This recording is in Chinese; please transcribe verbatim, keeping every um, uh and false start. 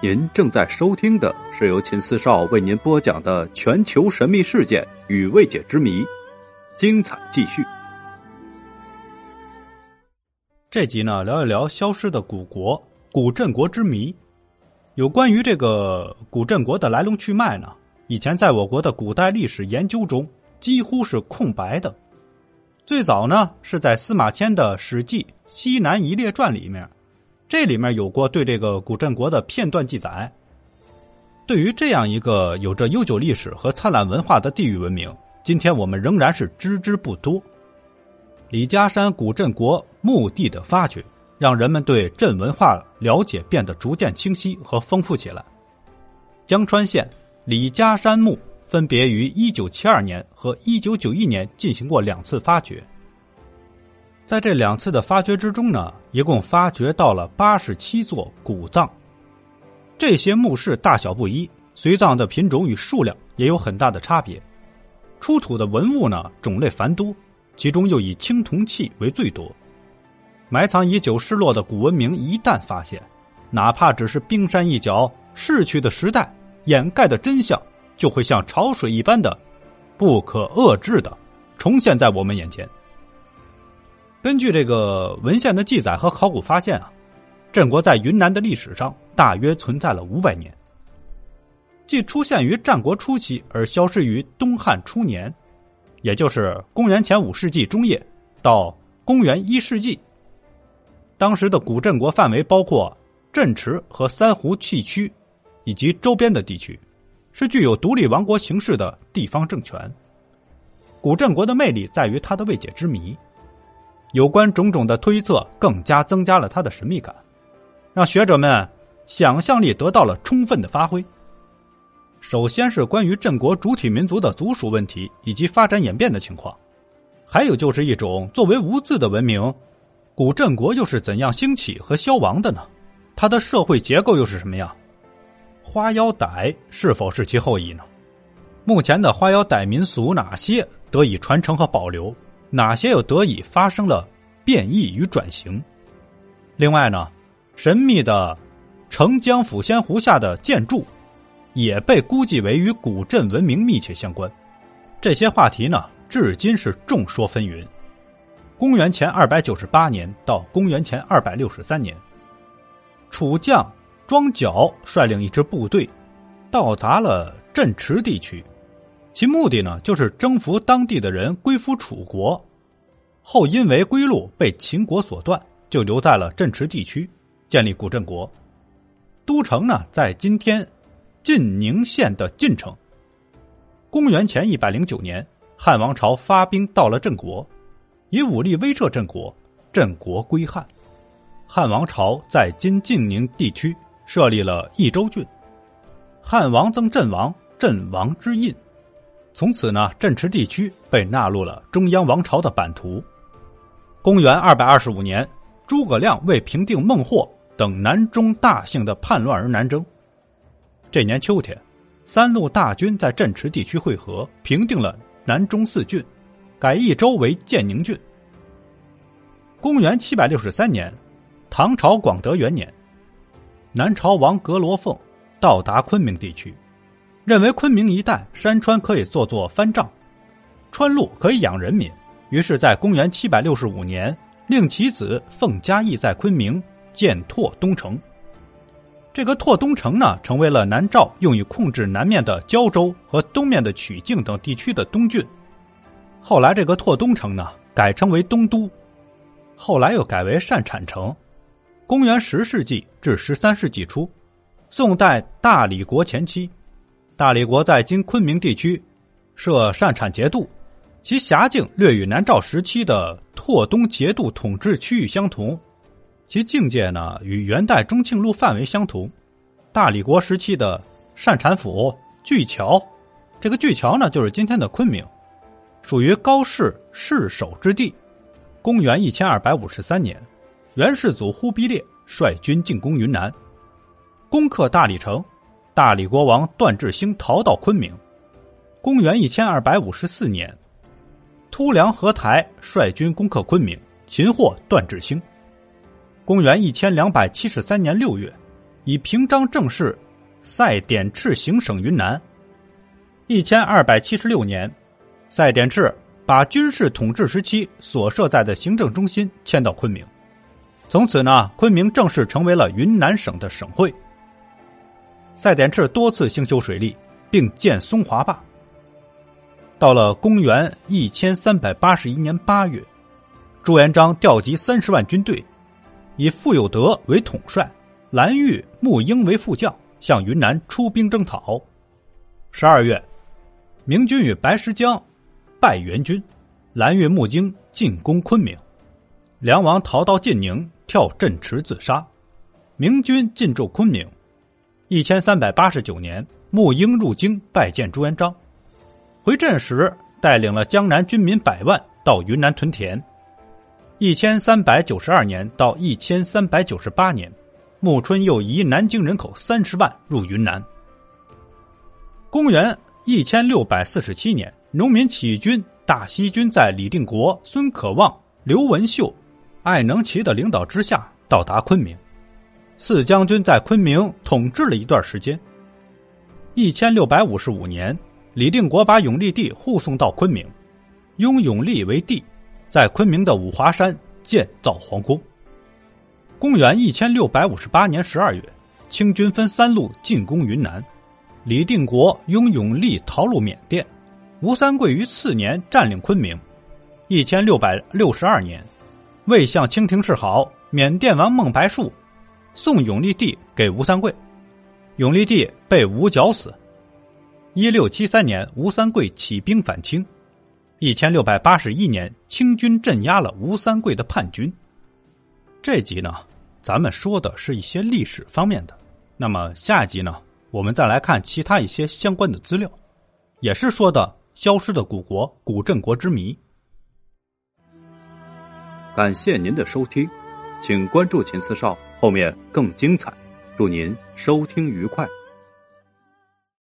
您正在收听的是由秦四少为您播讲的全球神秘事件与未解之谜，精彩继续。 这集呢，聊一聊消失的古国古镇国之谜。有关于这个古镇国的来龙去脉呢，以前在我国的古代历史研究中几乎是空白的。最早呢，是在司马迁的《史记西南夷列传》里面，这里面有过对这个古镇国的片段记载。对于这样一个有着悠久历史和灿烂文化的地域文明，今天我们仍然是知之不多。李家山古镇国墓地的发掘，让人们对镇文化了解变得逐渐清晰和丰富起来。江川县李家山墓分别于一九七二年和一九九一年进行过两次发掘。在这两次的发掘之中呢，一共发掘到了八十七座古葬。这些墓室大小不一，随葬的品种与数量也有很大的差别。出土的文物呢，种类繁多，其中又以青铜器为最多。埋藏已久失落的古文明一旦发现，哪怕只是冰山一角，逝去的时代掩盖的真相就会像潮水一般的不可遏制的重现在我们眼前。根据这个文献的记载和考古发现啊，镇国在云南的历史上大约存在了五百年，既出现于战国初期而消失于东汉初年，也就是公元前五世纪中叶到公元一世纪。当时的古镇国范围包括镇池和三湖气区以及周边的地区，是具有独立王国形式的地方政权。古镇国的魅力在于它的未解之谜，有关种种的推测更加增加了它的神秘感，让学者们想象力得到了充分的发挥。首先是关于镇国主体民族的族属问题以及发展演变的情况，还有就是一种作为无字的文明，古镇国又是怎样兴起和消亡的呢？它的社会结构又是什么样？花腰傣是否是其后裔呢？目前的花腰傣民俗哪些得以传承和保留，哪些又得以发生了变异与转型？另外呢，神秘的澄江抚仙湖下的建筑也被估计为与古镇文明密切相关。这些话题呢，至今是众说纷纭。公元前二百九十八年到公元前二百六十三年，楚将庄角率领一支部队到达了镇池地区，其目的呢，就是征服当地的人归附楚国，后因为归路被秦国所断，就留在了镇池地区，建立古镇国。都城呢，在今天晋宁县的晋城。公元前一百零九年，汉王朝发兵到了镇国，以武力威慑镇国，镇国归汉。汉王朝在今晋宁地区设立了益州郡，汉王赠镇王，镇王之印。从此呢，镇池地区被纳入了中央王朝的版图。公元二百二十五年，诸葛亮为平定孟获等南中大姓的叛乱而南征。这年秋天，三路大军在镇池地区会合，平定了南中四郡，改益州为建宁郡。公元七百六十三年，唐朝广德元年，南朝王阁罗凤到达昆明地区，认为昆明一带山川可以做作藩帐，川路可以养人民，于是在公元七百六十五年令其子凤嘉义在昆明建拓东城。这个拓东城呢，成为了南诏用于控制南面的胶州和东面的曲靖等地区的东郡。后来这个拓东城呢，改称为东都，后来又改为善产城。公元十世纪至十三世纪初，宋代大理国前期，大理国在今昆明地区设善产节度，其辖境略与南诏时期的拓东节度统治区域相同，其境界呢与元代中庆路范围相同。大理国时期的善产府巨桥，这个巨桥呢就是今天的昆明，属于高氏世守之地。公元一千二百五十三年，元世祖忽必烈率军进攻云南，攻克大理城，大理国王段智兴逃到昆明。公元一千二百五十四年，突良何台率军攻克昆明，擒获段智兴。公元一千两百七十三年六月， 以平章政事，赛典赤行省云南。一千二百七十六年，赛典赤把军事统治时期所设在的行政中心迁到昆明，从此呢，昆明正式成为了云南省的省会。赛典赤多次兴修水利，并建松华坝。到了公元一千三百八十一年八月，朱元璋调集三十万军队，以傅有德为统帅，蓝玉、穆英为副将，向云南出兵征讨。十二月，明军与白石江败元军，蓝玉、穆英进攻昆明，梁王逃到晋宁，跳镇池自杀。明军进驻昆明。一千三百八十九年，穆英入京拜见朱元璋，回镇时带领了江南军民百万到云南屯田。一千三百九十二年到一千三百九十八年，穆春又移南京人口三十万入云南。公元一千六百四十七年，农民起义军大西军在李定国、孙可望、刘文秀、艾能奇的领导之下到达昆明。四将军在昆明统治了一段时间。一千六百五十五年，李定国把永历帝护送到昆明，拥永历为帝，在昆明的五华山建造皇宫。公元一千六百五十八年十二月，清军分三路进攻云南，李定国拥永历逃入缅甸，吴三桂于次年占领昆明。一千六百六十二年，为向清廷示好，缅甸王孟白树送永历帝给吴三桂，永历帝被吴绞死。一六七三年，吴三桂起兵反清。一千六百八十一年，清军镇压了吴三桂的叛军。这集呢，咱们说的是一些历史方面的。那么下一集呢，我们再来看其他一些相关的资料，也是说的消失的古国古镇国之谜。 感谢您的收听，请关注秦四少，后面更精彩。祝您收听愉快。